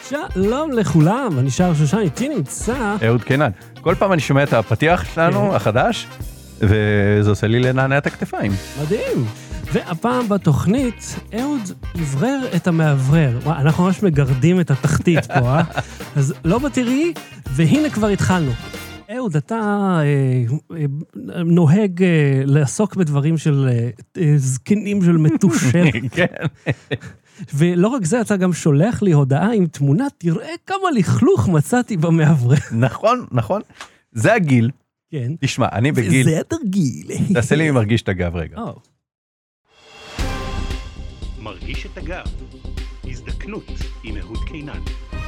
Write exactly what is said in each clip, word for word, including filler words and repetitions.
שלום לכולם, אני שר שושן, איתי נמצא... אהוד קינן. כל פעם אני שומע את הפתיח שלנו, החדש, וזה עושה לי לנענע את הכתפיים. מדהים. והפעם בתוכנית, אהוד יברר את המעברר. וואי, אנחנו ממש מגרדים את התחתית פה, אה? אז לא בתראי, והנה כבר התחלנו. אהוד, אתה אה, אה, נוהג אה, לעסוק בדברים של אה, אה, זקנים של מתושר. כן. ולא רק זה, אתה גם שולח לי הודעה עם תמונה, תראה כמה לכלוך מצאתי במעברר. נכון, נכון. זה הגיל. כן. תשמע, אני בגיל... זה התרגיל. תעשה לי מרגיש את הגב רגע. או. מרגיש את הגב. הזדקנות עם אהוד קינן.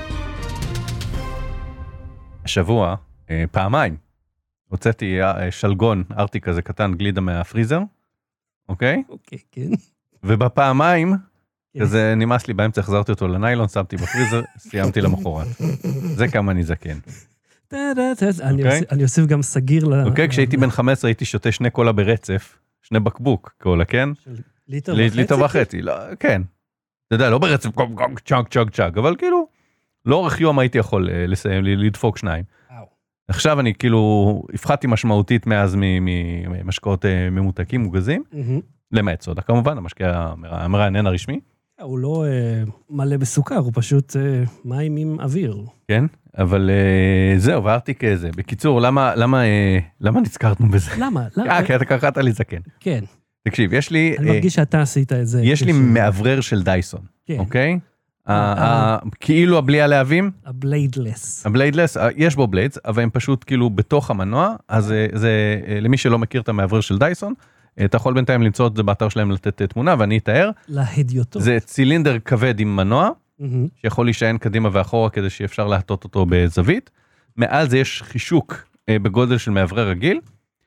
השבוע, אה, פעמיים, הוצאתי אה, שלגון, ארטי כזה קטן, גלידה מהפריזר, אוקיי? אוקיי, כן. ובפעמיים, כן. כזה נמאס לי באמצע, החזרתי אותו לניילון, שמתי בפריזר, סיימתי למחרת. זה כמה אני זקן. אני אוקיי? אוסיף- אני אוסיף גם סגיר ל... אוקיי, כשהייתי בן חמש עשרה הייתי שותה שני קולה ברצף, שני בקבוק קולה, כן? ליטר לי- וחצי? ליטר וחצי, לא, כן. אתה יודע, לא ברצף, קום קום צ'אג צ'אג צ'אג, אבל כאילו, לאורך יום הייתי יכול אה, לסיים, ל- לדפוק שניים. וואו. עכשיו אני כאילו, הפחדתי משמעותית מאז מ- ממשקאות אה, ממותקים, מוגזים, מהמם. למעט סודה כמובן, המשקה המרענן הרשמי, הוא לא אה, מלא בסוכר, הוא פשוט אה, מים עם אוויר. כן? אבל אה, זהו, וארטיק זה. בקיצור, למה, למה, אה, למה נזכרנו בזה? למה? למה? אה, כי אתה קראת לי זקן. כן. תקשיב, יש לי, אני אה, מרגיש שאתה עשית את זה. יש לי כש- מאוורר של דייסון, כן. אוקיי? אה, ה- ה- כאילו הבלי הלהבים, הבליידלס. הבליידלס, יש בו בליידס, אבל הם פשוט כאילו בתוך המנוע, אז זה, זה, למי שלא מכיר את המאוורר של דייסון, אתה יכול בינתיים למצוא את זה באתר שלהם לתת תמונה, ואני אתאר, להדיוטות. זה צילינדר כבד עם מנוע, מהמם. שיכול להישען קדימה ואחורה כדי שאפשר להטות אותו בזווית, מעל זה יש חישוק אה, בגודל של מאוורר רגיל,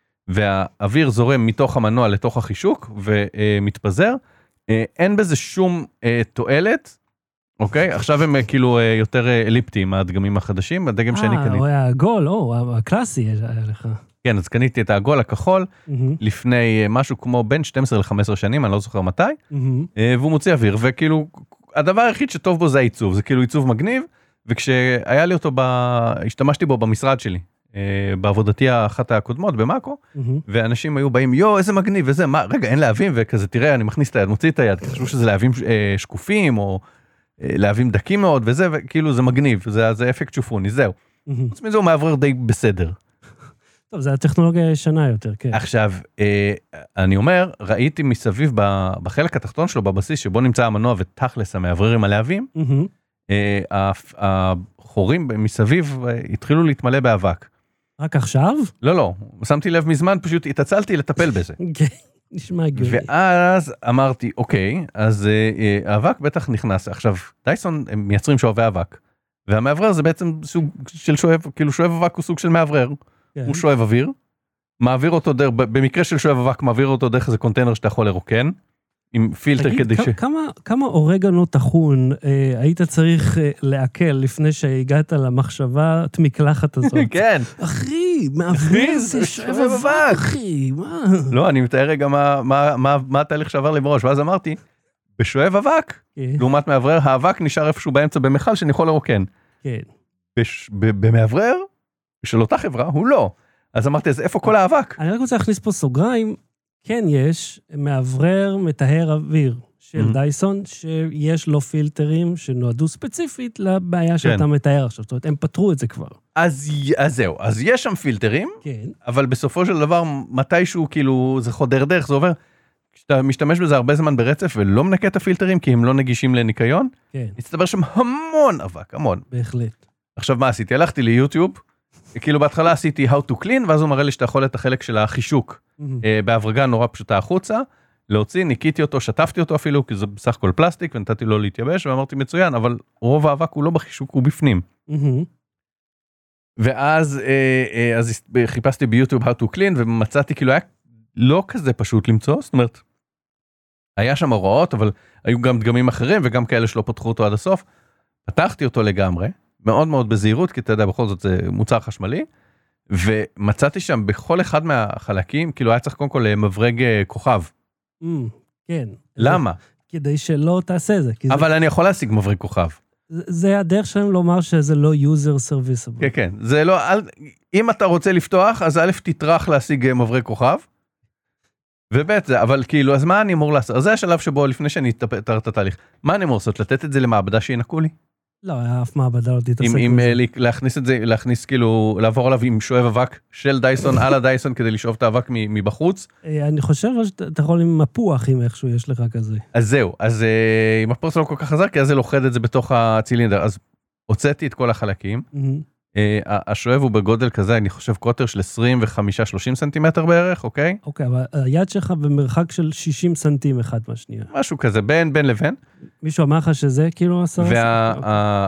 והאוויר זורם מתוך המנוע לתוך החישוק, ומתפזר, אה, אין בזה שום אה, תועלת, אוקיי? עכשיו הם אה, כאילו אה, יותר אה, אליפטיים, הדגמים החדשים, הדגם שאני אה, קניתי. הוא היה הגול, או, הקלאסי היה לך. כן, אז קניתי את העגול הכחול, מהמם. לפני אה, משהו כמו בין שתים עשרה ל-חמש עשרה שנים, אני לא זוכר מתי, מהמם. אה, והוא מוציא אוויר, וכאילו, הדבר היחיד שטוב בו זה העיצוב, זה כאילו עיצוב מגניב, וכשהיה לי אותו, ב... השתמשתי בו במשרד שלי, אה, בעבודתי האחת הקודמות במאקו, מהמם. ואנשים היו באים, יו, איזה מגניב, וזה, מה, רגע, אין להבים, וכזה, תראה, אני מכניס את היד, מוציא את היד, כי חשבו שזה להבים אה, שקופים, או אה, להבים דקים מאוד, וזה, וכאילו זה מגניב, זה, זה אפקט שופוני, זהו. מהמם. חוץ מזה הוא מעבר די בסדר. טוב, זה הטכנולוגיה הישנה יותר, כן. עכשיו, אה, אני אומר, ראיתי מסביב ב- בחלק התחתון שלו, בבסיס, שבו נמצא המנוע ותכלס המעברר עם הלהבים, מהמם. אה, הפ- החורים מסביב אה, התחילו להתמלא באבק. רק עכשיו? לא, לא, שמתי לב מזמן, פשוט התעצלתי לטפל בזה. כן, נשמע הגיוני. ואז אמרתי, אוקיי, אז אה, אה, האבק בטח נכנס. עכשיו, דייסון הם מייצרים שואבי אבק, והמעברר זה בעצם סוג של שואב, כאילו שואב אבק הוא סוג של מעברר, כן. הוא שואב אוויר, מעביר אותו דרך, במקרה של שואב אבק, מעביר אותו דרך איזה קונטיינר שאתה יכול לרוקן, עם פילטר תגיד, כדי כ- ש... כמה, כמה אורגנו טחון אה, היית צריך אה, לעכל לפני שהגעת למחשבת מקלחת הזאת? כן. אחי, מעביר זה זה שואב שואב אבק. אבק, אחי, מה? לא, אני מתאר רגע מה, מה, מה, מה התהליך שעבר לי בראש, ואז אמרתי, בשואב אבק, כן, לעומת מעברר, האבק נשאר איפשהו באמצע במכל שאני יכול לרוקן. כן. בש- ב- במעברר, של אותה חברה, הוא לא. אז אמרתי, אז איפה כל האבק? אני רק רוצה להכניס פה סוגריים, כן יש מאוורר מטהר אוויר של Mhm. דייסון, שיש לו פילטרים שנועדו ספציפית לבעיה שאתה מתאר עכשיו, זאת אומרת, הם פתרו את זה כבר. אז, אז זהו, אז יש שם פילטרים, כן, אבל בסופו של דבר, מתישהו כאילו, זה חודר דרך, זה עובר, כשאתה משתמש בזה הרבה זמן ברצף, ולא מנקה את הפילטרים, כי הם לא נגישים לניקיון, כן, הצטבר שם המון אבק, המון. בהחלט. עכשיו מה עשיתי? הלכתי ליוטיוב, כאילו בהתחלה עשיתי how to clean, ואז הוא מראה לי שאתה יכול את החלק של החישוק, Mhm. אה, בהברגה נורא פשוטה החוצה, להוציא, ניקיתי אותו, שטפתי אותו אפילו, כי זה בסך הכל פלסטיק, ונתתי לו להתייבש, ואמרתי מצוין, אבל רוב האבק הוא לא בחישוק, הוא בפנים. Mhm. ואז אה, אה, אז חיפשתי ביוטיוב how to clean, ומצאתי כאילו היה לא כזה פשוט למצוא, זאת אומרת, היה שם הוראות, אבל היו גם דגמים אחרים, וגם כאלה שלא פתחו אותו עד הסוף. פתחתי אותו לגמרי, מאוד מאוד בזהירות, כי אתה יודע, בכל זאת זה מוצר חשמלי, ומצאתי שם בכל אחד מהחלקים, כאילו היה צריך קודם כל מברג כוכב. Mm, כן. למה? כדי שלא תעשה זה. כי זה- אבל אני יכול להשיג מברג כוכב. זה הדרך שלהם לומר שזה לא user serviceable. כן, כן. זה לא, אם אתה רוצה לפתוח, אז א' תטרח להשיג מברי כוכב, וב' זה, אבל כאילו, אז מה אני אמור לעשות? אז זה השלב שבו, לפני שאני אתאר את התהליך, מה אני אמור לעשות? לתת את זה למעבדה שינקו לי? לא, אף מעבדה לא תתעסק. אם להכניס את זה, להכניס כאילו, לעבור עליו עם שואב אבק של דייסון על הדייסון, כדי לשאוב את האבק מבחוץ. אני חושב שאתה יכול עם מפוח, אם איכשהו יש לך כזה. אז זהו, אז אם הפרס לא כל כך חזק, כי אז זה לוחד את זה בתוך הצילינדר. אז הוצאתי את כל החלקים. השואב הוא בגודל כזה, אני חושב קוטר של עשרים וחמישה שלושים סנטימטר בערך, אוקיי? אוקיי, אבל היד שלך במרחק של שישים סנטים אחד מהשנייה. משהו כזה, בין בין לבין. מישהו אמר לך שזה כאילו עשרה סנטים? וה...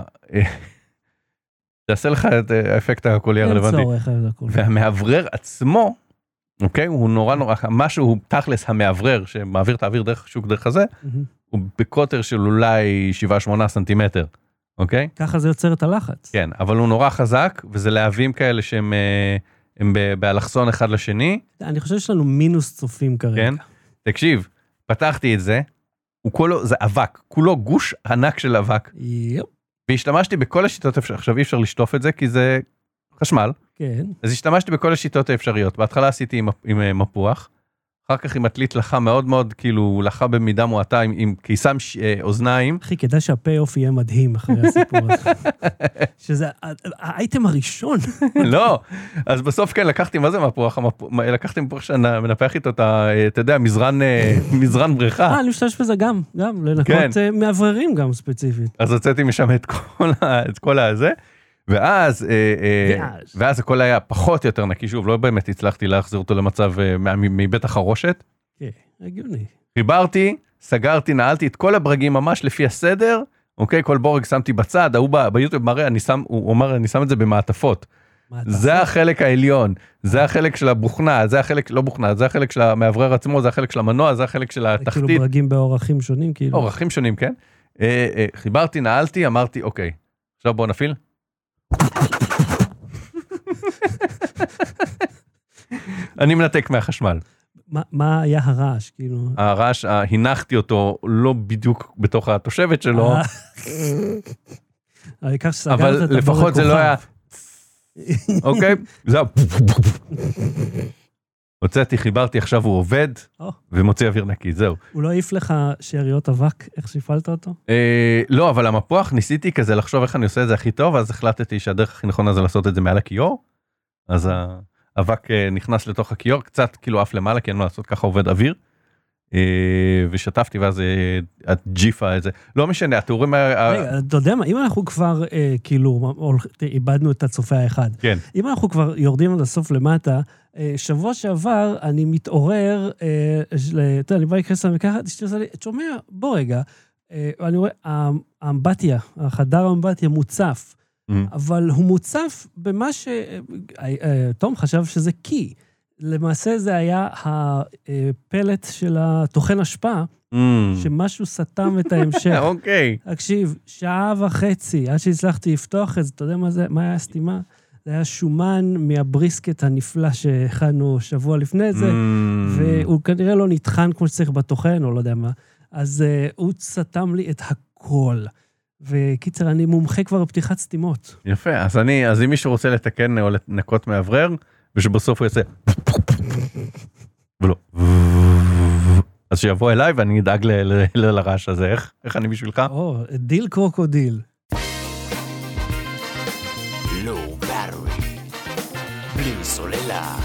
תעשה לך את האפקט הקולי הרלוונטי. אין צורך, והמעברר עצמו, אוקיי, הוא נורא נורא, משהו תכלס המעברר, שמעביר את האוויר דרך שוק דרך הזה, הוא בקוטר של אולי שבעה שמונה סנטימטר. אוקיי? ככה זה יוצר את הלחץ. כן, אבל הוא נורא חזק, וזה להבים כאלה שהם הם באלכסון אחד לשני. אני חושב שיש לנו מינוס צופים כרגע. כן? תקשיב, פתחתי את זה, הוא כולו, זה אבק, כולו גוש ענק של אבק. יופ. והשתמשתי בכל השיטות, עכשיו אי אפשר לשטוף את זה, כי זה חשמל. כן. אז השתמשתי בכל השיטות האפשריות. בהתחלה עשיתי עם, עם מפוח, אחר כך עם עתלית לחה מאוד מאוד, כאילו, לחה במידה מועטה, עם, עם קיסם ש... אוזניים. אחי, כדאי שהפי-אוף יהיה מדהים אחרי הסיפור הזה. שזה האייטם הראשון. לא, אז בסוף כן, לקחתי, מה זה מפוח? לקחתי מפוח שמנפח איתו, אתה יודע, מזרן, מזרן בריכה. אה, אני משתמש בזה גם, גם, לנקות מאווררים גם ספציפית. אז הוצאתי משם את כל, את כל הזה. ואז, ואז הכל היה פחות יותר נקי, שוב, לא באמת הצלחתי להחזיר אותו למצב מבית החרושת. כן, הגיוני. חיברתי, סגרתי, נעלתי את כל הברגים ממש לפי הסדר, אוקיי, כל בורג שמתי בצד, ההוא ביוטיוב מראה, אני שם, הוא אומר, אני שם את זה במעטפות. זה החלק העליון, זה החלק של הבוכנה, זה החלק, לא בוכנה, זה החלק של המעברר עצמו, זה החלק של המנוע, זה החלק של התחתית. כאילו ברגים באורחים שונים, כאילו. אורחים שונים, כן. חיברתי, נעלתי, אמרתי, אוקיי, עכשיו בואו נפיל. אני מנתק מהחשמל. מה היה הרעש? כאילו... הרעש, הנחתי אותו לא בדיוק בתוך התושבת שלו. אבל לפחות זה לא היה... אוקיי? זהו. הוצאתי, חיברתי, עכשיו הוא עובד, ומוציא אוויר נקי, זהו. הוא לא העיף לך שאריות אבק, איך שהפעלת אותו? לא, אבל המפוח, ניסיתי כזה לחשוב איך אני עושה את זה הכי טוב, אז החלטתי שהדרך הכי נכונה זה לעשות את זה מעל הכיור, אז האבק נכנס לתוך הכיור, קצת כאילו אף למעלה, כי אין מה לעשות, ככה עובד אוויר, ושטפתי, ואז הג'יפה איזה, לא משנה, התיאורים... רגע, אתה יודע מה, אם אנחנו כבר, כאילו, איבדנו את הצופה האחד, אם אנחנו כבר יורדים עד הסוף למטה, שבוע שעבר אני מתעורר, אתה יודע, אני בא להיכנס למקרה, תשמע, בוא רגע, אני רואה, האמבטיה, החדר האמבטיה מוצף, אבל הוא מוצף במה ש... תום חשב שזה קי. למעשה זה היה הפלט של התוכן השפעה, שמשהו סתם את ההמשך. אוקיי. תקשיב, שעה וחצי, עד שהצלחתי לפתוח את זה, אתה יודע מה זה, מה היה הסתימה? זה היה שומן מהבריסקט הנפלא שהכנו שבוע לפני זה, והוא כנראה לא נטחן כמו שצריך בתוכן, או לא יודע מה. אז הוא סתם לי את הכל. וקיצר, אני מומחה כבר בפתיחת סתימות. יפה, אז אני, אז אם מישהו רוצה לתקן או לנקות מאוורר, ושבסוף הוא יעשה, ולא, אז שיבוא אליי ואני אדאג לרעש הזה, איך? איך אני בשבילך? או, דיל קרוקודיל. לואו באטרי, בלי סוללה.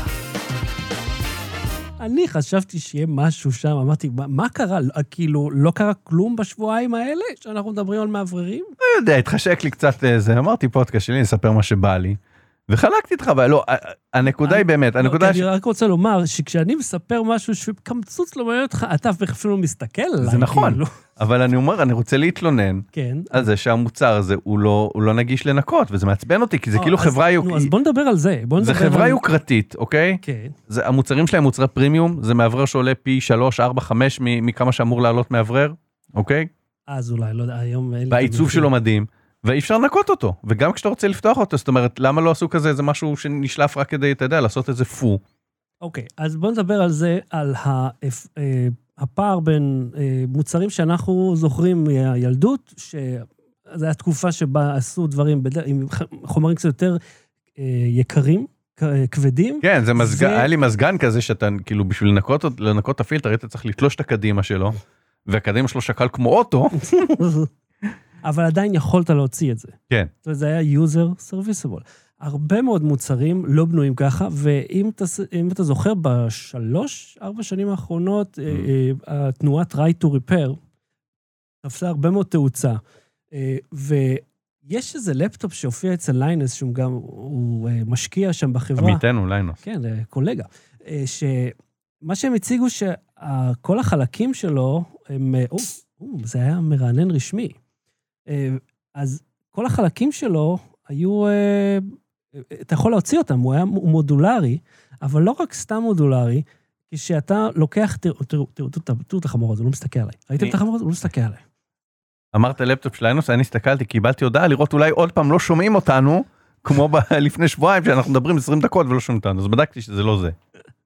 אני חשבתי שיהיה משהו שם, אמרתי, מה קרה? כאילו, לא קרה כלום בשבועיים האלה שאנחנו מדברים על מעבררים? לא יודע, התחשק לי קצת זה, אמרתי פודקאסט שלי, נספר מה שבא לי, וחלקתי איתך, אבל לא, הנקודה היא באמת, הנקודה... אני רק רוצה לומר, שכשאני מספר משהו שקמצוץ לא מעניין אותך, אתה אפילו מסתכל עליי. זה נכון, אבל אני אומר, אני רוצה להתלונן, על זה שהמוצר הזה הוא לא נגיש לנקות, וזה מעצבן אותי, כי זה כאילו חברה... אז בוא נדבר על זה. זה חברה יוקרתית, אוקיי? כן. המוצרים שלהם מוצרי פרימיום, זה מאוורר שעולה פי שלוש, ארבע, חמש, מכמה שאמור לעלות מאוורר, אוקיי? אז אולי, לא יודע, היום... בעיצוב שלו מדהים. ואי אפשר לנקות אותו, וגם כשאתה רוצה לפתוח אותו, זאת אומרת, למה לא עשו כזה, זה משהו שנשלף רק כדי, אתה יודע, לעשות איזה פו. אוקיי, אז בוא נדבר על זה, על הפער בין מוצרים שאנחנו זוכרים מהילדות, זו הייתה תקופה שבה עשו דברים עם חומרים קצת יותר יקרים, כבדים. כן, זה מזגן, היה לי מזגן כזה שאתה, כאילו, בשביל לנקות, לנקות את הפילטר, היית צריך לתלוש את הקדימה שלו, והקדימה שלו שקל כמו אוטו. אבל עדיין יכולת להוציא את זה. כן. זאת אומרת, זה היה user serviceable. הרבה מאוד מוצרים לא בנויים ככה, ואם אתה, אם אתה זוכר, בשלוש, ארבע שנים האחרונות, התנועת right to repair, תפסה הרבה מאוד תאוצה. ויש איזה לפטופ שהופיע אצל ליינוס, שהוא גם, הוא משקיע שם בחברה. עמיתנו, ליינוס. כן, קולגה. שמה שהם הציגו, שכל החלקים שלו, הם, או, או, זה היה מרענן רשמי. אז כל החלקים שלו היו, אתה יכול להוציא אותם, הוא היה מודולרי, אבל לא רק סתם מודולרי, כשאתה לוקח, תראו, תראו, תראו, תראו את החמור הזה, הוא לא מסתכל עליי. ראיתם את החמור הזה? הוא לא מסתכל עליי. אמרת לפטופ של ליינוס, אני הסתכלתי, קיבלתי הודעה לראות אולי עוד פעם לא שומעים אותנו, כמו לפני שבועיים שאנחנו מדברים עשרים דקות ולא שומעים אותנו, אז בדקתי שזה לא זה.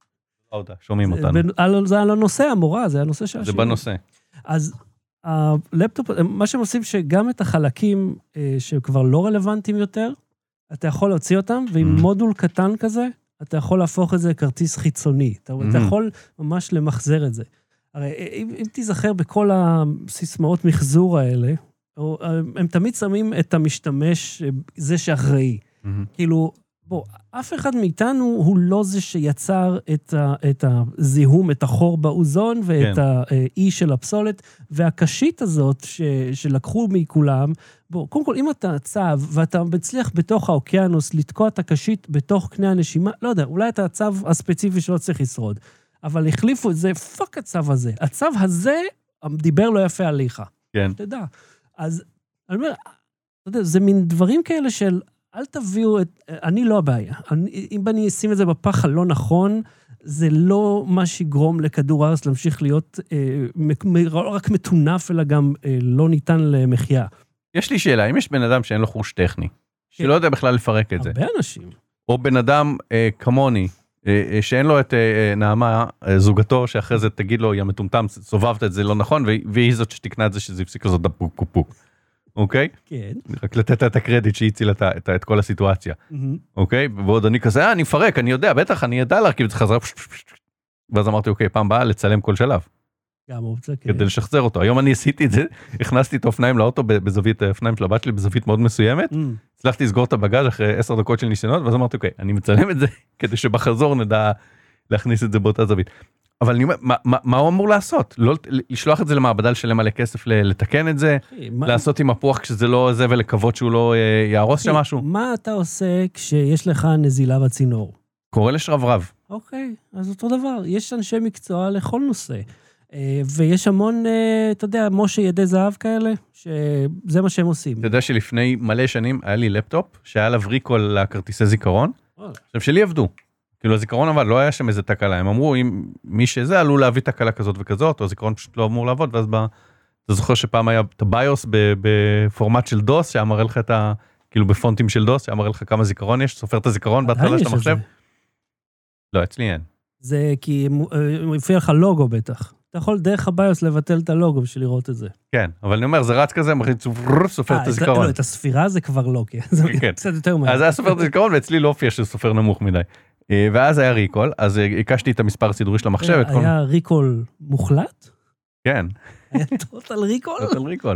שומעים אותנו. זה על הנושא, המורה, זה הנושא שהשאיר. זה בנושא. אז הלפטופ, מה שהם עושים שגם את החלקים שכבר לא רלוונטיים יותר, אתה יכול להוציא אותם, ועם מודול קטן כזה, אתה יכול להפוך את זה לכרטיס חיצוני. אתה יכול ממש למחזר את זה. הרי אם, אם תיזכר בכל הסיסמאות מחזור האלה, הם תמיד שמים את המשתמש, זה שאחראי. Mm-hmm. כאילו, בוא, אף אחד מאיתנו הוא לא זה שיצר את, ה, את הזיהום, את החור באוזון, ואת כן. האי של הפסולת, והקשית הזאת ש, שלקחו מכולם, בוא, קודם כל, אם אתה צב, ואתה מצליח בתוך האוקיינוס, לתקוע את הקשית בתוך קנה הנשימה, לא יודע, אולי אתה הצב הספציפי שלא צריך לשרוד. אבל החליפו את זה, פאק הצו הזה. הצו הזה, דיבר לא יפה עליך. כן. תדע. אז, אני אומר, אתה יודע, זה מין דברים כאלה של, אל תביאו את, אני לא הבעיה. אני, אם אני אשים את זה בפח הלא נכון, זה לא מה שיגרום לכדור הארץ להמשיך להיות, אה, לא רק מטונף, אלא גם אה, לא ניתן למחיה. יש לי שאלה, אם יש בן אדם שאין לו חוש טכני, כן. שלא יודע בכלל לפרק את זה. הרבה אנשים. או בן אדם אה, כמוני, שאין לו את נעמה, זוגתו, שאחרי זה תגיד לו, יא מטומטם, סובבת את זה לא נכון, והיא זאת שתקנה את זה, שזה הפסיק לעשות דפוק פוק. אוקיי? כן. רק לתת את הקרדיט שהיא הצילה את כל הסיטואציה. אוקיי? ועוד אני כזה, אני מפרק, אני יודע, בטח, אני ידע להרכיב את זה חזרה, ואז אמרתי, אוקיי, פעם באה לצלם כל שלב. גם אופציה, כן. כדי לשחזר אותו. היום אני עשיתי את זה, הכנסתי את האופניים לאוטו בזווית, האופניים של הבת שלי בזווית מאוד מסוימת, הצלחתי לסגור את הבגאז' אחרי עשר דקות של ניסיונות, ואז אמרתי, אוקיי, אני מצלם את זה, כדי שבחזור נדע להכניס את זה באותה זווית. אבל אני אומר, מה, מה, מה הוא אמור לעשות? לא, לשלוח את זה למעבדה, לשלם מלא כסף, לתקן את זה, לעשות עם הפוח כשזה לא זה, ולקוות שהוא לא יהרוס שם משהו? מה אתה עושה כשיש לך נזילה בצינור? קורא לשרברב. אוקיי, אז אותו דבר, יש אנשי מקצוע לכל נושא. ויש המון, אתה יודע, משה ידי זהב כאלה, שזה מה שהם עושים. אתה יודע שלפני מלא שנים היה לי לפטופ, שהיה עליו ריקול לכרטיסי זיכרון, עכשיו שלי עבדו. כאילו הזיכרון אבל לא היה שם איזה תקלה, הם אמרו, אם מי שזה עלול להביא תקלה כזאת וכזאת, או הזיכרון פשוט לא אמור לעבוד, ואז בא, אתה זוכר שפעם היה את הביוס בפורמט של דוס, שאמר לך את ה, כאילו בפונטים של דוס, שאמר לך כמה זיכרון יש, סופר את הזיכרון בהתחלה של המחשב. לא, אצלי אין. זה כי הוא יפיע לך לוגו בטח. אתה יכול דרך הביוס לבטל את הלוגו בשביל לראות את זה. כן, אבל אני אומר, זה רץ כזה, סופר את הזיכרון. לא, את הספירה זה כבר לא, כי זה קצת יותר מהר. אז היה סופר את הזיכרון, ואצלי לא הופיע שזה סופר נמוך מדי. ואז היה ריקול, אז הקשתי את המספר הסידורי של המחשב. היה ריקול מוחלט? כן. היה טוטל ריקול? טוטל ריקול.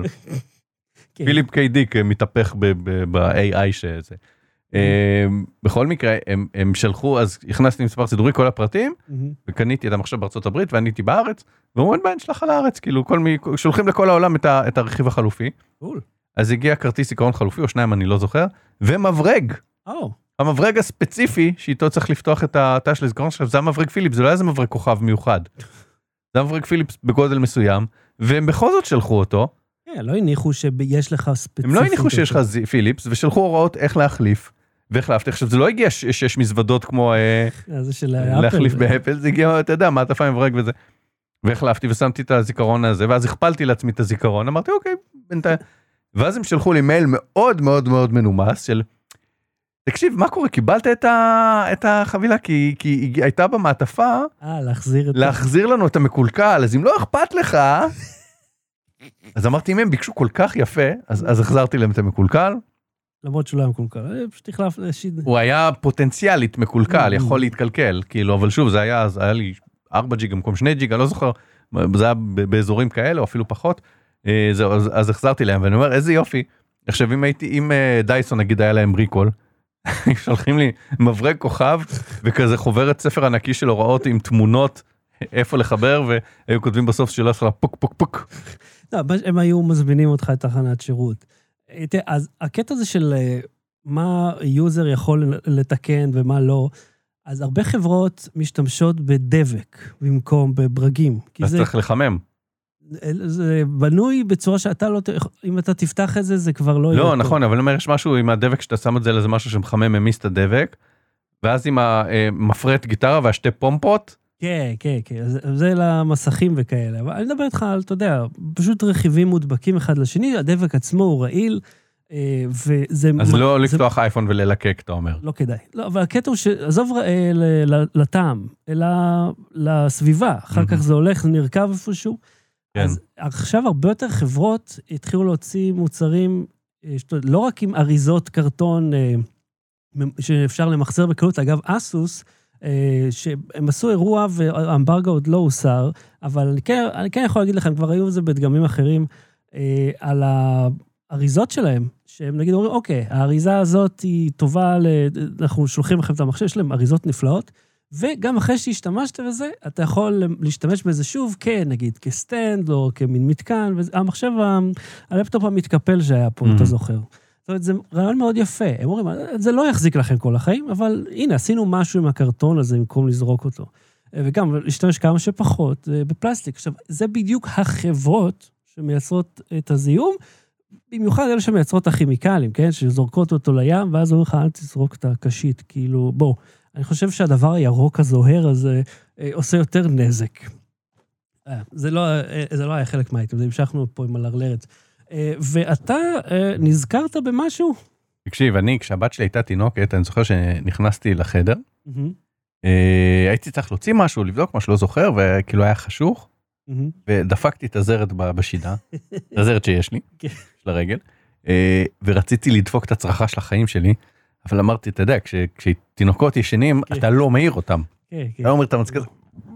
פיליפ קיי דיק מתהפך ב-איי איי שזה. בכל מקרה, הם שלחו, אז הכנסתי מספר סידורי כל הפרטים, וקניתי את המחשב בארצות הברית, ועניתי בארץ, ואומרו, אין בעין, שלח על הארץ, כאילו, שולחים לכל העולם את הרכיב החלופי. אז הגיע כרטיס זיכרון חלופי, או שניים, אני לא זוכר, ומברג. המברג הספציפי, שאיתו צריך לפתוח את התא של הזיכרון שלו, זה המברג פיליפס, זה לא היה איזה מברג כוכב מיוחד. זה המברג פיליפס בגודל מסוים, והם בכל זאת שלחו אותו. לא הניחו שיש לך ספציפית. הם לא הניחו שיש לך פיליפס, ושלחו הוראות איך להחליף. והחלפתי, עכשיו זה לא הגיע שש מזוודות כמו להחליף באפל, זה הגיע, אתה יודע, מה אתה פעם מברג וזה. והחלפתי ושמתי את הזיכרון הזה, ואז הכפלתי לעצמי את הזיכרון, אמרתי אוקיי, בינתיים. ואז הם שלחו לי מייל מאוד מאוד מאוד מנומס, של, תקשיב, מה קורה? קיבלת את החבילה, כי היא הייתה במעטפה, להחזיר לנו את המקולקל, אז אם לא אכפת לך, אז אמרתי, אם הם ביקשו כל כך יפה, אז, אז החזרתי להם את המקולקל. למרות שהוא לא היה מקולקל, פשוט החלף לשיד. הוא היה פוטנציאלית מקולקל, יכול להתקלקל, כאילו, אבל שוב, זה היה, זה היה לי ארבע ג'יגה במקום שני ג'יגה, לא זוכר, זה היה באזורים כאלה, או אפילו פחות, זהו, אז, אז החזרתי להם, ואני אומר, איזה יופי, עכשיו, אם הייתי, אם דייסון, נגיד, היה להם ריקול, שולחים לי מברג כוכב, וכזה חוברת ספר ענקי של הוראות עם תמונות, איפה לחבר, והיו כותבים בסוף שלא עשרה פוק פוק פוק. לא, הם היו מזמינים אותך את תחנת שירות. אז הקטע הזה של מה יוזר יכול לתקן ומה לא, אז הרבה חברות משתמשות בדבק במקום בברגים. אז צריך לחמם. זה בנוי בצורה שאתה לא, אם אתה תפתח את זה, זה כבר לא... לא, נכון, אבל אומר, יש משהו עם הדבק, שאתה שם את זה לזה משהו שמחמם ממיס את הדבק, ואז עם המפרט גיטרה והשתי פומפות. כן, כן, כן, זה למסכים וכאלה. אבל אני מדבר איתך על, אתה יודע, פשוט רכיבים מודבקים אחד לשני, הדבק עצמו הוא רעיל, וזה... אז לא לפתוח אייפון וללקק, אתה אומר. לא כדאי. לא, אבל הקטע הוא שעזוב לטעם, אלא לסביבה. אחר כך זה הולך, נרכב איפשהו. אז עכשיו הרבה יותר חברות התחילו להוציא מוצרים, לא רק עם אריזות קרטון שאפשר למחזר בקלות, אגב, אסוס, שהם עשו אירוע והאמברגה עוד לא הוסר, אבל אני כן, אני כן יכול להגיד לכם, כבר היו זה בדגמים אחרים, על האריזות שלהם, שהם נגיד אומרים, אוקיי, האריזה הזאת היא טובה, אנחנו שולחים לכם את המחשב, יש להם אריזות נפלאות, וגם אחרי שהשתמשת בזה, אתה יכול להשתמש בזה שוב, כן, נגיד, כסטנד או כמין מתקן, והמחשב, הלפטופ המתקפל שהיה פה, אתה זוכר. זאת אומרת, זה רעיון מאוד יפה. הם אומרים, זה לא יחזיק לכם כל החיים, אבל הנה, עשינו משהו עם הקרטון הזה, במקום לזרוק אותו. וגם, להשתמש כמה שפחות בפלסטיק. עכשיו, זה בדיוק החברות שמייצרות את הזיהום, במיוחד אלה שמייצרות את הכימיקלים, כן? שזורקות אותו לים, ואז אומרים לך, אל תזרוק את הקשית, כאילו, בוא. אני חושב שהדבר הירוק הזוהר הזה עושה יותר נזק. זה לא, זה לא היה חלק מהאיתם, זה המשכנו פה עם הלרלרת. ואתה נזכרת במשהו? תקשיב, אני, כשהבת שלי הייתה תינוקת, אני זוכר שנכנסתי לחדר, הייתי צריך להוציא משהו, לבדוק משהו, לא זוכר, וכאילו היה חשוך, ודפקתי את הזרת בשידה, את הזרת שיש לי, של הרגל, ורציתי לדפוק את הצרחה של החיים שלי, אבל אמרתי, אתה יודע, כשתינוקות ישנים, אתה לא מעיר אותם. אתה אומר, אתה מצקד,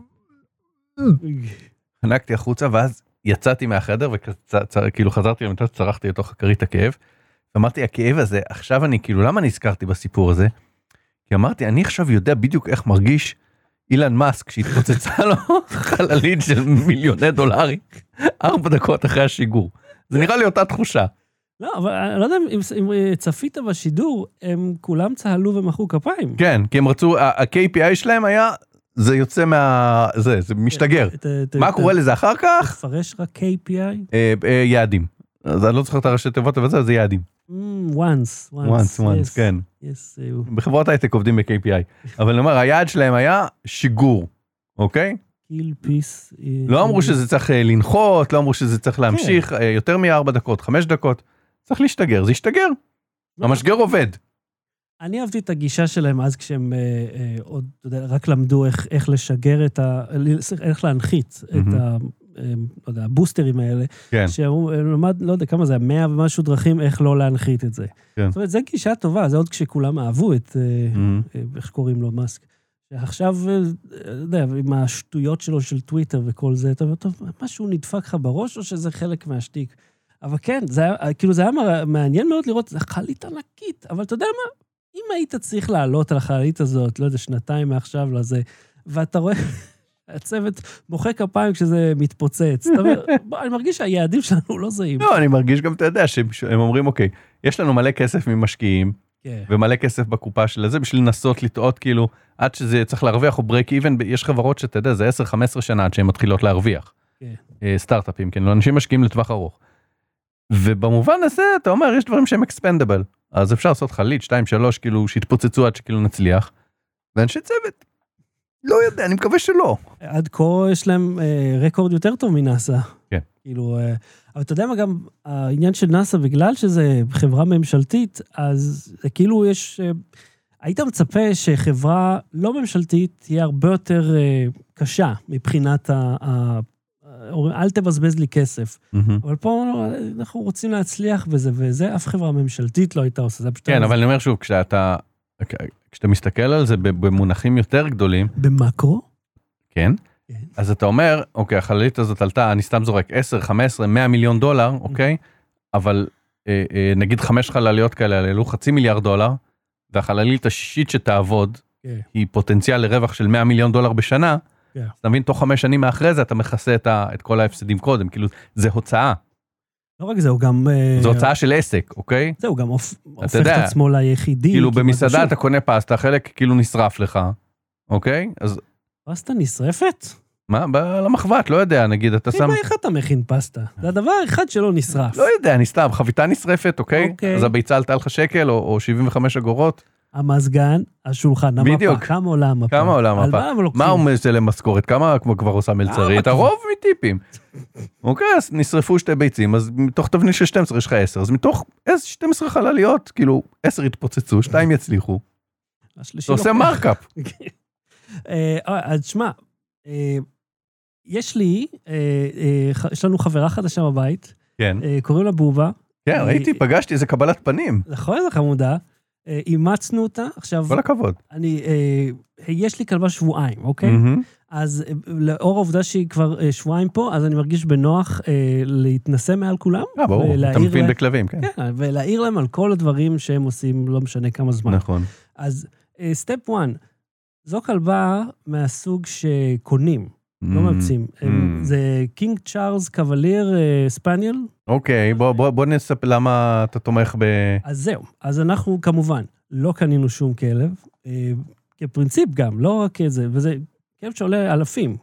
חנקתי החוצה, ואז יצאתי מהחדר, וכאילו חזרתי למיטה, צרחתי לתוך הכרית הכאב, ואמרתי, הכאב הזה, עכשיו אני, כאילו, למה נזכרתי בסיפור הזה? כי אמרתי, אני עכשיו יודע בדיוק איך מרגיש אילן מאסק, שהתפוצצה לו חללית של מיליוני דולרים, ארבע דקות אחרי השיגור. זה נראה לי אותה תחושה. לא, אבל אני לא יודע אם צפית בשידור, הם כולם צהלו ומחאו כפיים. כן, כי הם רצו, ה-קיי פי איי שלהם היה, זה יוצא מה... זה, זה משתגר. מה קורה לזה אחר כך? תפרש רק קיי פי איי? יעדים. אז אני לא זוכר את הראשי תיבות, אבל זה יעדים. once, once, once, כן. בחברות הייטק עובדים ב-קיי פי איי. אבל נאמר, היעד שלהם היה שיגור, אוקיי? קיל פיס. לא אמרו שזה צריך לנחות, לא אמרו שזה צריך להמשיך יותר מארבע דקות, חמש דקות. צריך להשתגר, זה ישתגר. המשגר עובד. אני אהבתי את הגישה שלהם אז כשהם עוד, אתה יודע, רק למדו איך לשגר את ה... איך להנחית את ה... לא יודע, הבוסטרים האלה, שהוא למד, לא יודע כמה זה, מאה ומשהו דרכים איך לא להנחית את זה. זאת אומרת, זו גישה טובה, זה עוד כשכולם אהבו את, איך שקוראים לו, מאסק. עכשיו, אתה יודע, עם השטויות שלו של טוויטר וכל זה, אתה אומר, טוב, משהו נדפק לך בראש, או שזה חלק מהשתיק? אבל כן, זה היה, כאילו זה היה מעניין מאוד לראות, זה חללית ענקית, אבל אתה יודע מה? אם היית צריך לעלות על החללית הזאת, לא יודע, שנתיים מעכשיו לזה, ואתה רואה... הצוות מוחא כפיים כשזה מתפוצץ. אני מרגיש שהיעדים שלנו לא זהים. לא, אני מרגיש גם, אתה יודע, שהם אומרים, אוקיי, יש לנו מלא כסף ממשקיעים, ומלא כסף בקופה של זה, בשביל לנסות לטעות, כאילו, עד שזה צריך להרוויח, או ברייק איבן, יש חברות שאתה יודע, זה עשר חמש עשרה שנה עד שהן מתחילות להרוויח. סטארט-אפים, כן, אנשים משקיעים לטווח ארוך. ובמובן הזה, אתה אומר, יש דברים שהם אקספנדבל. אז אפשר לעשות חלית, שתיים, שלוש, כאילו, שהתפוצצו עד שכאילו נצליח. ואנשי צוות. לא יודע, אני מקווה שלא. עד כה יש להם אה, רקורד יותר טוב מנאסא. כן. כאילו, אה, אבל אתה יודע מה גם, העניין של נאסא, בגלל שזה חברה ממשלתית, אז כאילו יש, אה, היית מצפה שחברה לא ממשלתית תהיה הרבה יותר אה, קשה, מבחינת ה, ה, אומרים, אל תבזבז לי כסף. אבל פה אנחנו רוצים להצליח בזה, וזה אף חברה ממשלתית לא הייתה עושה. כן, אבל אני אומר שוב, כשאתה, כשאתה מסתכל על זה במונחים יותר גדולים, במקרו? כן. אז אתה אומר, אוקיי, החללית הזאת עלתה, אני סתם זורק עשר, חמש עשרה, מאה מיליון דולר, אוקיי? אבל נגיד חמש חלליות כאלה, עלו חצי מיליארד דולר, והחללית השישית שתעבוד, היא פוטנציאל לרווח של מאה מיליון דולר בשנה, אתה מבין, תוך חמש שנים מאחרי זה, אתה מכסה את כל ההפסדים קודם, כאילו, זה הוצאה. לא רק זה, הוא גם... זה הוצאה של עסק, אוקיי? זה, הוא גם הופך את עצמו ליחידי. כאילו, במסעדה אתה קונה פסטה, חלק כאילו נשרף לך, אוקיי? אז... פסטה נשרפת? מה? למחבת, לא יודע, נגיד, אתה שם... איך אתה מכין פסטה? זה הדבר אחד שלא נשרף. לא יודע, אני סתם, חביתה נשרפת, אוקיי? אז הביצה עלתה לך שקל, או שבעים וחמש אגורות. המזגן, השולחן, המפה, כמה עולה המפה? כמה עולה המפה? מה הוא משלם משכורת? כמה כבר עושה מלצרית? הרוב מטיפים. אוקיי, אז נשרפו שתי ביצים, אז מתוך תבנית של שתים עשרה יש לך עשר, אז מתוך שתים עשרה חלליות, כאילו עשר התפוצצו, שתיים יצליחו. אתה עושה מרקאפ. אז שמע, יש לי, יש לנו חברה חדשה בבית, קוראים לה בובה. כן, ראיתי, פגשתי, זה קבלת פנים. נכון, זה חמודה. אימצנו אותה, עכשיו... כל הכבוד. אני, יש לי כלבה שבועיים, אוקיי? אז לאור העובדה שהיא כבר שבועיים פה, אז אני מרגיש בנוח להתנסה מעל כולם. אה, ברור, אתה מבין בכלבים, כן. כן, ולהעיר להם על כל הדברים שהם עושים, לא משנה כמה זמן. נכון. אז סטפ וואן, זו כלבה מהסוג שקונים, לא ממציאים. זה קינג צ'ארלס קווליר ספניאל. אוקיי, בוא נספר למה אתה תומך ב... אז זהו, אז אנחנו כמובן לא קנינו שום כלב, כפרינציפ גם, לא רק זה, וזה כלב שעולה אלפים.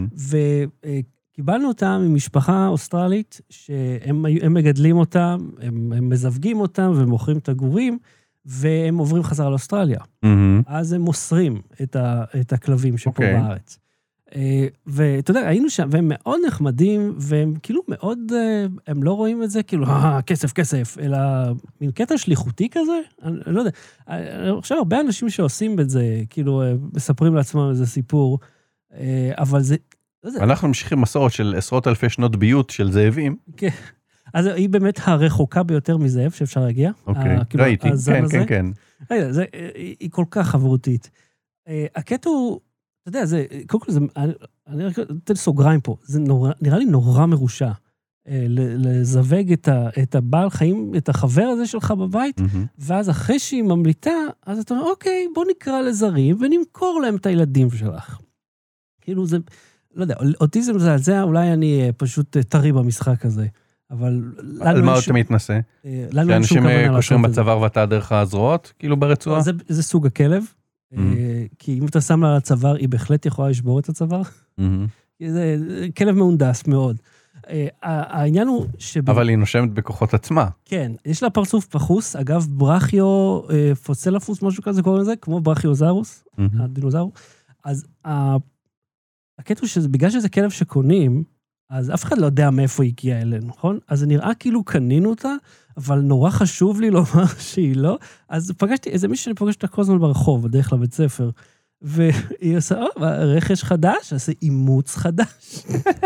וקיבלנו אותה ממשפחה אוסטרלית, שהם מגדלים אותם, הם מזווגים אותם ומוכרים את הגורים, והם עוברים חזרה לאוסטרליה. אז הם מוסרים את הכלבים שפה בארץ. ואתה יודע, היינו שם, והם מאוד נחמדים, והם כאילו מאוד, הם לא רואים את זה, כאילו, אה, כסף, כסף, אלא מין קטע שליחותי כזה, אני לא יודע. אני חושב, הרבה אנשים שעושים את זה, כאילו, מספרים לעצמם איזה סיפור, אבל זה... אנחנו ממשיכים מסורת של עשרות אלפי שנות ביות של זאבים. כן. אז היא באמת הרחוקה ביותר מזאב שאפשר להגיע. אוקיי, ראיתי, כן, כן, כן. היא כל כך חברותית. הקטע הוא, אתה יודע, זה, קודם כל, אני אתן סוגריים פה, זה נראה לי נורא מרושע, לזווג את הבעל חיים, את החבר הזה שלך בבית, ואז אחרי שהיא ממליטה, אז אתה אומר, אוקיי, בוא נקרא לזרים, ונמכור להם את הילדים שלך. כאילו זה, לא יודע, אוטיזם זה על זה, אולי אני פשוט טרי במשחק הזה. אבל... על מה אתה מתנסה? שאנשים קושרים בצוואר ואתה דרך הזרועות, כאילו ברצועה? זה סוג הכלב, כי אם אתה שם לה על הצוואר, היא בהחלט יכולה לשבור את הצוואר. זה כלב מהונדס מאוד. העניין הוא ש... אבל היא נושמת בכוחות עצמה. כן, יש לה פרצוף פחוס, אגב, ברכיו פוצלפוס, משהו כזה קוראים לזה, כמו ברכיוזרוס, הדינוזאור. אז הקטע הוא שבגלל שזה כלב שקונים, אז אף אחד לא יודע מאיפה היא הגיעה אלינו, נכון? אז זה נראה כאילו קנינו אותה, אבל נורא חשוב לי לומר שהיא לא. אז פגשתי, איזה מישהו שאני פוגש אותה כל הזמן ברחוב, בדרך לבית ספר, והיא עושה, או, רכש חדש, עושה אימוץ חדש.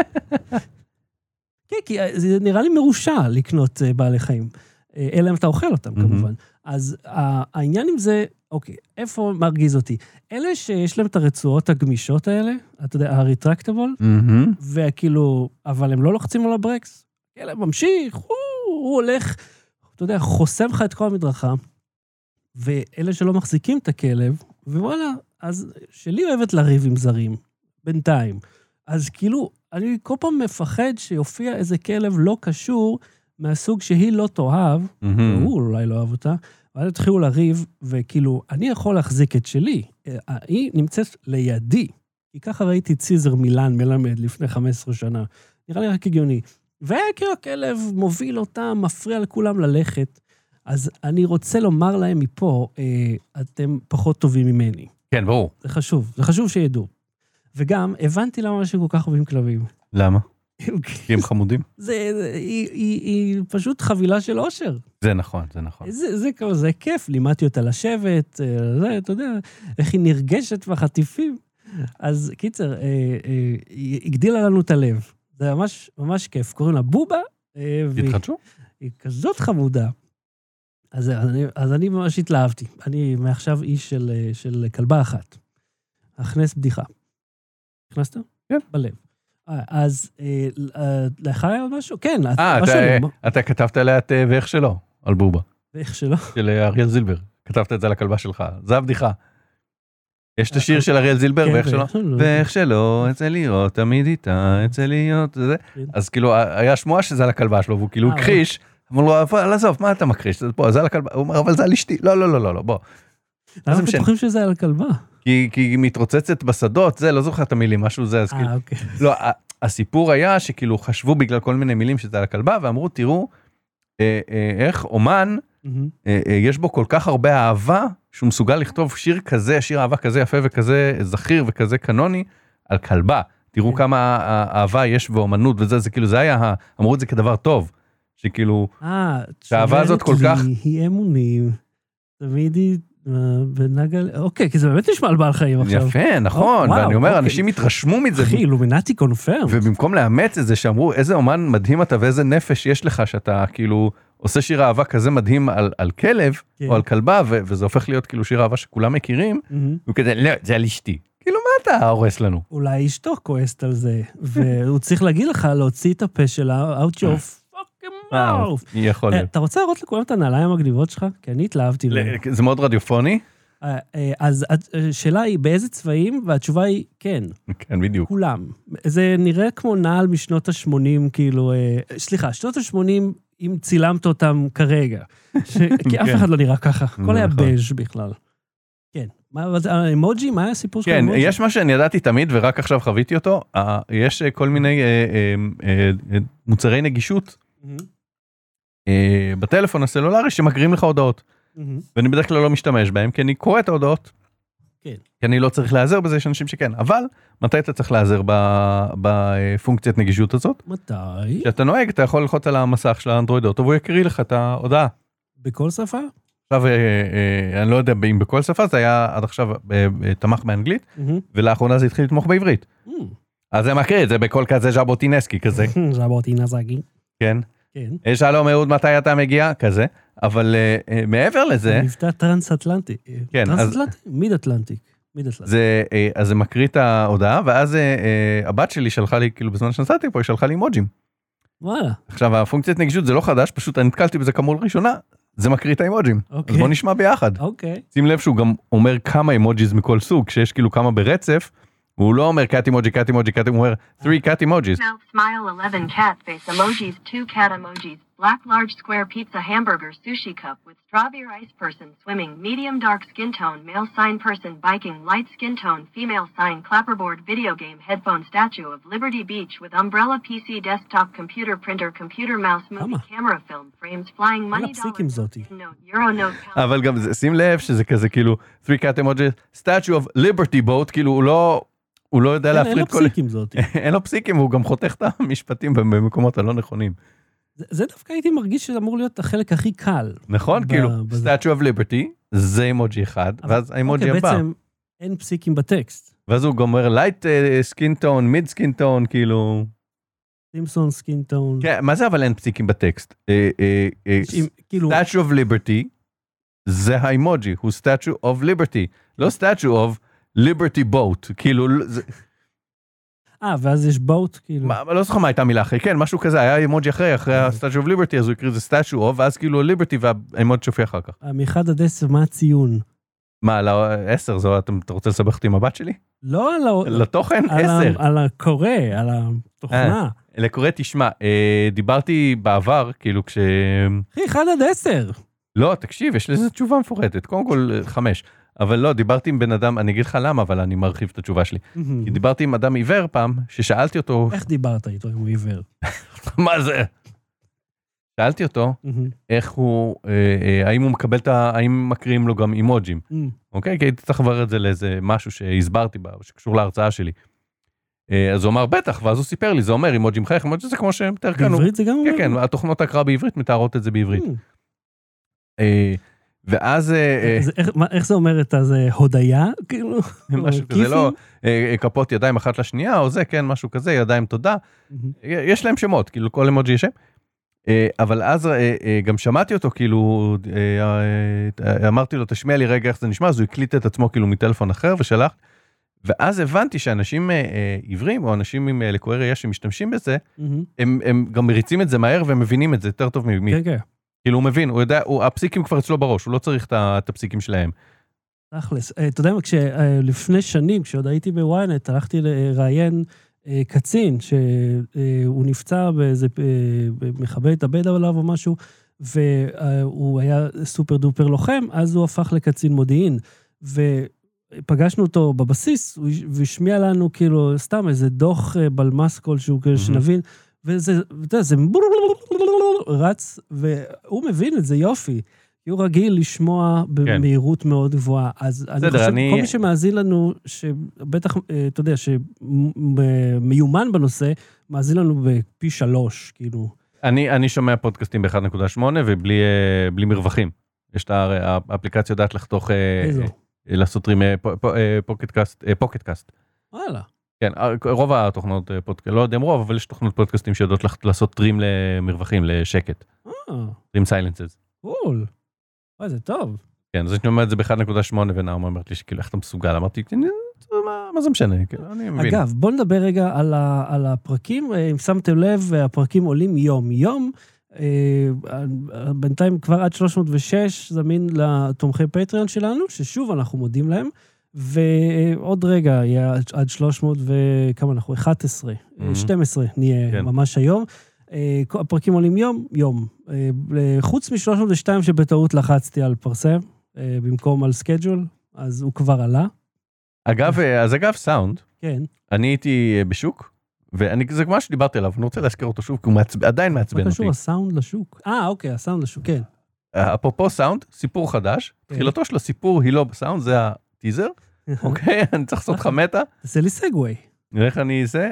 כן, כי זה נראה לי מרושע לקנות בעלי חיים, אלא אם אתה אוכל אותם, כמובן. אז העניין עם זה, אוקיי, איפה מרגיז אותי? אלה שיש להם את הרצועות הגמישות האלה, אתה יודע, הריטרקטבול, וכאילו, אבל הם לא לוחצים על הברקס, אלה ממשיך, הוא הולך, אתה יודע, חוסם לך את כל המדרכה, ואלה שלא מחזיקים את הכלב, ווואלה, אז שלי אוהבת לריב עם זרים, בינתיים. אז כאילו, אני כל פעם מפחד שיופיע איזה כלב לא קשור, מהסוג שהיא לא תאהב, והוא אולי לא אוהב אותה, ואז התחילו לריב, וכאילו, אני יכול להחזיק את שלי, היא נמצאת לידי, כי ככה ראיתי ציזר מילן מלמד לפני חמש עשרה שנה, נראה לי רק הגיוני, וכאילו הכלב מוביל אותה, מפריע לכולם ללכת, אז אני רוצה לומר להם מפה, אתם פחות טובים ממני. כן, ברור. זה חשוב, זה חשוב שידעו. וגם, הבנתי למה אנשים כל כך אוהבים כלבים. למה? כי הם חמודים? זה, היא, היא, היא פשוט חבילה של אושר. זה נכון, זה נכון. זה, זה, זה, זה כיף, לימדתי אותה לשבת, זה, אתה יודע, איך היא נרגשת בחטיפים. אז קיצר, היא הגדילה לנו את הלב. זה ממש, ממש כיף. קוראים לה בובה, והיא התחדשו? היא כזאת חמודה. אז אני, אז אני ממש התלהבתי. אני מעכשיו איש של, של כלבה אחת. הכנס בדיחה. נכנסת? כן. בלב. אז לך היה עוד משהו? כן. אה, אתה כתבת עליה את ואיך שלו, על בובה. ואיך שלו? של אריאל זילבר. כתבת את זה על הכלבה שלך. זה הבדיחה. יש את השיר של אריאל זילבר, ואיך שלו? ואיך שלו, אצל להיות, תמיד איתה, אצל להיות, זה. אז כאילו, היה שמועה שזה על הכלבה שלו, והוא כאילו הכחיש, אמרו לו, אבל עזוב, מה אתה מכחיש? זה על הכלבה. הוא אומר, אבל זה על אשתי. לא, לא, לא, לא, בוא. למה בטוחים שזה על הכלבה? כי היא מתרוצצת בשדות, זה, לא זוכר את המילים, משהו זה, אז כאילו. אה, אוקיי. לא, הסיפור היה שכאילו חשבו בגלל כל מיני מילים שזה על הכלבה, ואמרו, תראו, איך אומן, יש בו כל כך הרבה אהבה, שהוא מסוגל לכתוב שיר כזה, שיר אהבה כזה יפה וכזה זכיר וכזה קנוני, על כלבה. תראו כמה אהבה יש באומנות וזה, זה כאילו, זה היה, אמרו את זה כדבר טוב, שכאילו, שהאהבה הזאת כל כך... היא אמונים, תמיד היא בנגל, אוקיי, כי זה באמת נשמע על בעל חיים עכשיו. יפה, נכון, ואני אומר, אנשים התרשמו מזה. אחי, אילומינטי קונפרם. ובמקום לאמץ את זה, שאמרו, איזה אומן מדהים אתה ואיזה נפש יש לך, שאתה כאילו... עושה שיר אהבה כזה מדהים על, על כלב, כן. או על כלבה, ו- וזה הופך להיות כאילו שיר אהבה שכולם מכירים, mm-hmm. וכזה, לא, זה על אשתי. כאילו, מה אתה הורס לנו? אולי אשתו כועסת על זה, והוא צריך להגיד לך, להוציא את הפה שלה, out your fucking mouth. יכול להיות. אתה רוצה לראות לכולם את הנעליים המגניבות שלך? כי אני התלהבתי. זה מאוד רדיופוני? אז השאלה היא, באיזה צבעים? והתשובה היא, כן. כן, בדיוק. כולם. זה נראה כמו נעל משנות ה-שמונים, כאילו, סליחה, שנות ה-שמונים, אם צילמת אותם כרגע. כי אף אחד לא נראה ככה. הכל היה בז' בכלל. כן. האמוג'י, מה היה הסיפור של האמוג'י? כן, יש מה שאני ידעתי תמיד, ורק עכשיו חוויתי אותו. יש כל מיני מוצרי נגישות בטלפון הסלולרי שמקריאים לך הודעות. ואני בדרך כלל לא משתמש בהם, כי אני קורא את ההודעות. כן. כי אני לא צריך להיעזר בזה, יש אנשים שכן. אבל, מתי אתה צריך להיעזר בפונקציית נגישות הזאת? מתי? כשאתה נוהג, אתה יכול ללחוץ על המסך של האנדרואיד אוטו, והוא יקריא לך את ההודעה. בכל שפה? עכשיו, אני לא יודע אם בכל שפה, זה היה עד עכשיו תמך באנגלית, ולאחרונה זה התחיל לתמוך בעברית. אז זה מקריא, זה בכל כזה ז'בוטינסקי כזה. ז'בוטינסקי. כן. כן. שלום אהוד, מתי אתה מגיע? כזה. אבל מעבר לזה... מבטא טרנס-אטלנטי. כן. טרנס-אטלנטי? מיד-אטלנטיק. אז זה מקריא את ההודעה, ואז הבת שלי שלחה לי, כאילו בזמן שנסעתי פה, היא שלחה לי אימוג'ים. וואלה. עכשיו, הפונקציית נגישות זה לא חדש, פשוט אני נתקלתי בזה כמול ראשונה, זה מקריא את האימוג'ים. אז בוא נשמע ביחד. אוקיי. שים לב שהוא גם אומר כמה אימוג'יז מכל סוג, כשיש כאילו כמה ברצף, הוא לא אומר cat emoji, cat emoji, cat emoji, הוא אומר three cat emojis. Smile eleven cat face emojis, two cat emojis, black large square pizza hamburger sushi cup with strawberry ice person swimming, medium dark skin tone, male sign person biking, light skin tone, female sign clapperboard video game headphone statue of Liberty Beach with umbrella P C desktop computer printer computer mouse movie camera film frames flying money dollar note euro note. אבל גם שים לב שזה כזה כאילו three cat emojis, statue of Liberty boat, כאילו הוא לא... הוא לא יודע להפריד כל... אין לו פסיקים זאת. אין לו פסיקים, הוא גם חותך את המשפטים במקומות הלא נכונים. זה דווקא הייתי מרגיש שזה אמור להיות החלק הכי קל. נכון, כאילו, Statue of Liberty, זה אימוג'י אחד, ואז האימוג'י הבא. בעצם אין פסיקים בטקסט. ואז הוא גומר light skin tone, mid skin tone, כאילו... סימפסון skin tone. כן, מה זה אבל אין פסיקים בטקסט? Statue of Liberty, זה האימוג'י, הוא Statue of Liberty, לא Statue of... ליברטי בוט, כאילו... אה, ואז יש בוט, כאילו... לא זוכר מה הייתה מילה אחרי, כן, משהו כזה, היה אימוג'י אחרי, אחרי ה-Statue of Liberty, אז הוא יקריא זה Statue of, ואז כאילו ליברטי, והאימוג'י שופי אחר כך. מאחד עד עשר, מה הציון? מה, על העשר, אתה רוצה לסבך אותי עם הבת שלי? לא על... לתוכן, עשר. על הקורא, על התוכנה. לקורא, תשמע, דיברתי בעבר, כאילו כש... אחי, אחד עד עשר. לא, תקשיב, יש לזה תשובה מפורטת, קודם כל חמש. אבל לא, דיברתי עם בן אדם, אני אגיד לך למה, אבל אני מרחיב את התשובה שלי. כי דיברתי עם אדם עיוור פעם, ששאלתי אותו... איך דיברת איתו אם הוא עיוור? מה זה? שאלתי אותו, איך הוא, האם הוא מקבל את ה... האם מקריאים לו גם אימוג'ים. אוקיי? כי הייתי צריך לבר את זה לאיזה משהו שהסברתי בה, שקשור להרצאה שלי. אז הוא אמר, בטח, ואז הוא סיפר לי, זה אומר אימוג'ים חייך, אימוג'ים זה כמו שמתאר כאן. בעברית זה גם אומר? כן, כן, התוכנות הקרא בעברית מתארות את זה בעברית. ואז... איך זה אומר את זה, הודיה? משהו כזה, לא, כפות ידיים אחת לשנייה, או זה, כן, משהו כזה, ידיים תודה. יש להם שמות, כאילו, כל אמוג'י יש שם. אבל אז גם שמעתי אותו, כאילו, אמרתי לו, תשמיע לי רגע איך זה נשמע, אז הוא הקליט את עצמו כאילו מטלפון אחר ושלח, ואז הבנתי שאנשים עיוורים, או אנשים עם לקויי ראייה שמשתמשים בזה, הם גם מריצים את זה מהר, והם מבינים את זה יותר טוב ממי. כן, כן. כאילו הוא מבין, הוא יודע, הפסיקים כבר אצלו בראש, הוא לא צריך את הפסיקים שלהם. תכלס, אתה יודע, לפני שנים, כשעוד הייתי בוויינט, הלכתי לראיין קצין, שהוא נפצע באיזה מחבל התאבד עליו או משהו, והוא היה סופר דופר לוחם, אז הוא הפך לקצין מודיעין, ופגשנו אותו בבסיס, והשמיע לנו כאילו סתם איזה דוח בלמס כלשהו, שנבין, וזה, אתה יודע, זה רץ, והוא מבין את זה יופי, כי הוא רגיל לשמוע במהירות מאוד גבוהה, אז אני חושב, כל מי שמאזין לנו, שבטח, אתה יודע, שמיומן בנושא, מאזין לנו בפי שלוש, כאילו. אני שומע פודקאסטים ב-אחת נקודה שמונה, ובלי מרווחים. יש את האפליקציה יודעת לחתוך, לעשות רים פוקטקאסט. וואלה. כן, רוב התוכנות פודקאסט, לא יודע אם רוב, אבל יש תוכנות פודקאסטים שיודעות לעשות טרים למרווחים, לשקט. טרים סיילנסס. קול. וואי, זה טוב. כן, אז אני אומר את זה ב-אחת נקודה שמונה, ונעמה אומרת לי שכאילו, איך אתה מסוגל? אמרתי, מה זה משנה? אני מבין. אגב, בוא נדבר רגע על הפרקים, אם שמתם לב, הפרקים עולים יום. יום, בינתיים כבר עד שלוש מאות ושש זמין לתומכי פטריון שלנו, ששוב אנחנו מודים להם, ועוד רגע יהיה עד שלוש מאות וכמה אנחנו, אחת עשרה, שתים עשרה נהיה ממש היום. הפרקים עולים יום, יום. חוץ מ-שלוש מאות ושתיים שבטעות לחצתי על פרסם, במקום על סקייג'ול, אז הוא כבר עלה. אגב, אז אגב סאונד, כן. אני הייתי בשוק, וזה כמו שדיברתי עליו, אני רוצה להזכיר אותו שוב, כי הוא עדיין מעצבן אותי. מה קשור הסאונד לשוק? אה, אוקיי, הסאונד לשוק, כן. אפרופו סאונד, סיפור חדש, תחילתו של הסיפור היא לא בסאונד, זה הטיזר, אוקיי? אני צריך לעשות לך מטה. תעשה לי סגווי. איך אני זה?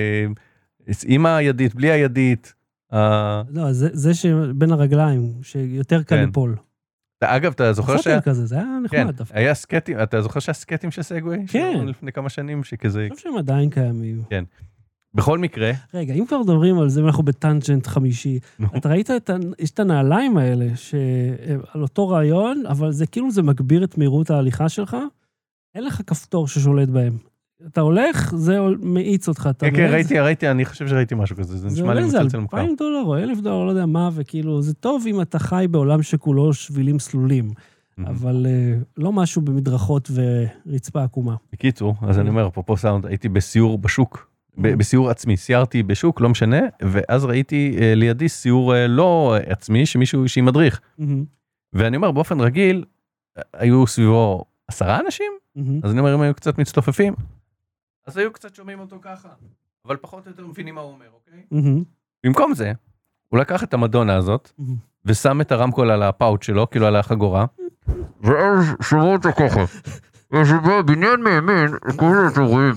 עם הידית, בלי הידית. לא, זה שבין הרגליים, שיותר קל ליפול. אגב, אתה זוכר ש... זה היה נחמד דווקא. היה סקטים, אתה זוכר שהסקטים של סגווי? כן. לפני כמה שנים שכזה... אני חושב שהם עדיין קיימים. כן. בכל מקרה... רגע, אם כבר מדברים על זה, ואנחנו בטנג'נט חמישי, אתה ראית את, יש את הנעליים האלה, על אותו רעיון, אבל זה כאילו זה מגביר את מהירות ההליכה שלך, אין לך כפתור ששולט בהם. אתה הולך, זה מאיץ אותך. כן, כן, ראיתי, ראיתי, אני חושב שראיתי משהו כזה, זה נשמע לי מצלצל מוכר. אלפיים דולר או אלף דולר, לא יודע מה, וכאילו, זה טוב אם אתה חי בעולם שכולו שבילים סלולים, אבל לא משהו במדרכות ורצפה עקומה. בקיצור, אז אני אומר, אפרופו סאונד, הייתי בסיור בשוק, בסיור עצמי, סיירתי בשוק, לא משנה, ואז ראיתי לידי סיור לא עצמי, שמישהו שהיא מדריך. ואני אומר, באופן רגיל, היו סביבו עשרה אנשים, אז אני אומר, אם היו קצת מצטופפים, אז היו קצת שומעים אותו ככה, אבל פחות או יותר מבינים מה הוא אומר, אוקיי? במקום זה, הוא לקח את המדונה הזאת, ושם את הרמקול על הפאוט שלו, כאילו על החגורה, ואז שמעו אותו ככה. אז בבניין מימין, קוראים אותו רואים.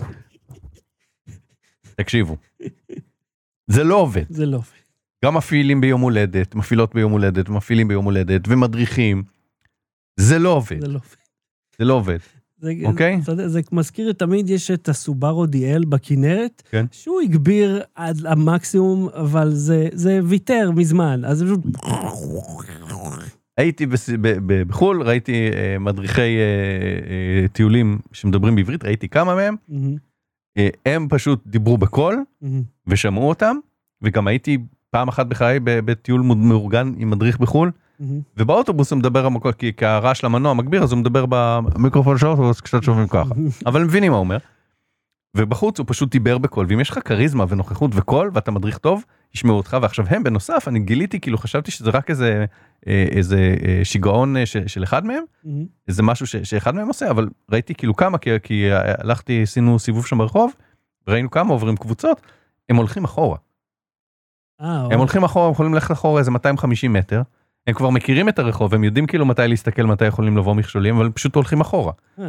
תקשיבו, זה לא עובד. זה לא עובד. גם מפעילים ביום הולדת, מפעילות ביום הולדת, מפעילים ביום הולדת, ומדריכים. זה לא עובד. זה לא עובד. זה לא עובד. אוקיי? זה מזכיר, תמיד יש את הסובארו די אל בכנרת, שהוא הגביר עד המקסימום, אבל זה ויתר מזמן. אז זה פשוט... הייתי בחול, ראיתי מדריכי טיולים שמדברים בעברית, ראיתי כמה מהם, הם פשוט דיברו בקול, ושמעו אותם, וגם הייתי פעם אחת בחיי בטיול מאורגן עם מדריך בחול, ובאוטובוס הוא מדבר המקול, כי הרעש למנוע מגביר, אז הוא מדבר במיקרופון שלו, אז קצת שומעים ככה. אבל הם מבינים מה הוא אומר. ובחוץ הוא פשוט דיבר בקול, ואם יש לך קריזמה ונוכחות וקול, ואתה מדריך טוב, ישמעו אותך, ועכשיו הם בנוסף, אני גיליתי, כאילו חשבתי שזה רק איזה, איזה שיגעון של אחד מהם, איזה משהו שאחד מהם עושה, אבל ראיתי כאילו כמה, כי, כי הלכתי, עשינו סיבוב שם ברחוב, ראינו כמה עוברים קבוצות, הם הולכים אחורה. הם הולכים אחורה, הם יכולים ללכת אחורה איזה מאתיים וחמישים מטר, הם כבר מכירים את הרחוב, הם יודעים כאילו מתי להסתכל, מתי יכולים לבוא מכשולים, אבל פשוט הולכים אחורה.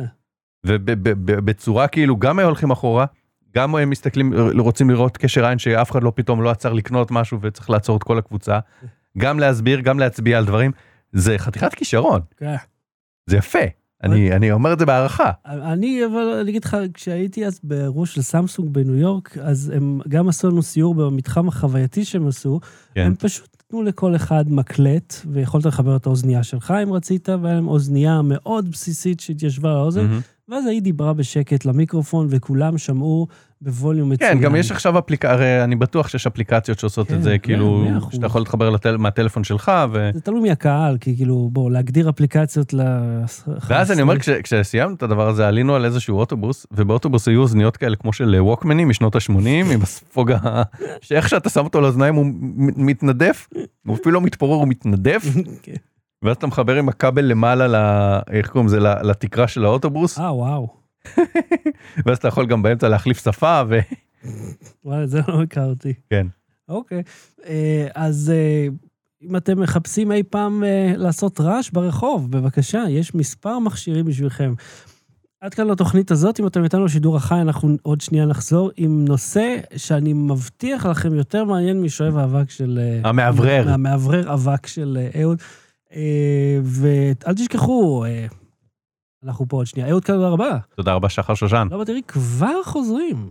ובצורה כאילו, גם הם הולכים אחורה, גם הם מסתכלים, רוצים לראות קשר עין, שאף אחד לא פתאום לא עצר לקנות משהו, וצריך לעצור את כל הקבוצה, גם להסביר, גם להצביע על דברים, זה חתיכת כישרון, כן. זה יפה, אני, אני אומר את זה בהערכה. אני, אבל אני אגיד לך, כשהייתי אז באירוע של סמסונג בניו יורק, אז הם גם עשו לנו סיור במתחם החווייתי שהם עשו, כן. הם פשוט נתנו לכל אחד מקלט, ויכולת לחבר את האוזנייה שלך אם רצית, והיה להם אוזנייה מאוד בסיסית שהתיישבה לאוזן, mm-hmm. ואז היא דיברה בשקט למיקרופון, וכולם שמעו בווליום מצוין. כן, גם יש עכשיו אפליקציות, הרי אני בטוח שיש אפליקציות שעושות כן, את זה, כאילו, שאתה יכול להתחבר לטל... מהטלפון שלך, ו... זה תלוי מהקהל, כי כאילו, בוא, להגדיר אפליקציות ל... ואז אני אומר, כש... כשסיימנו את הדבר הזה, עלינו על איזשהו אוטובוס, ובאוטובוס היו אוזניות כאלה, כמו של ווקמנים משנות ה-שמונים, עם הספוג ה... שאיך שאתה שם אותו לאוזניים, הוא מתנדף, הוא אפילו לא מתפורר, הוא מתנדף, ואז אתה מחבר עם הכבל למעלה, ל... איך קוראים זה, לתקרה של האוטובוס. אה, וואו. ואז אתה יכול גם באמצע להחליף שפה, ו... וואי, זה לא הכרתי. כן. אוקיי. אז אם אתם מחפשים אי פעם לעשות רעש ברחוב, בבקשה, יש מספר מכשירים בשבילכם. עד כאן לתוכנית הזאת, אם אתם איתנו לשידור החי, אנחנו עוד שנייה נחזור עם נושא שאני מבטיח לכם יותר מעניין משואב האבק של... המעברר. המעברר אבק של אהוד. ואל תשכחו... אנחנו פה עוד שנייה. אהוד, תודה רבה. תודה רבה, שחר שושן. לא, תראי, כבר חוזרים.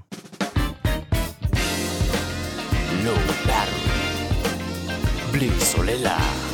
לא, בלי סוללה.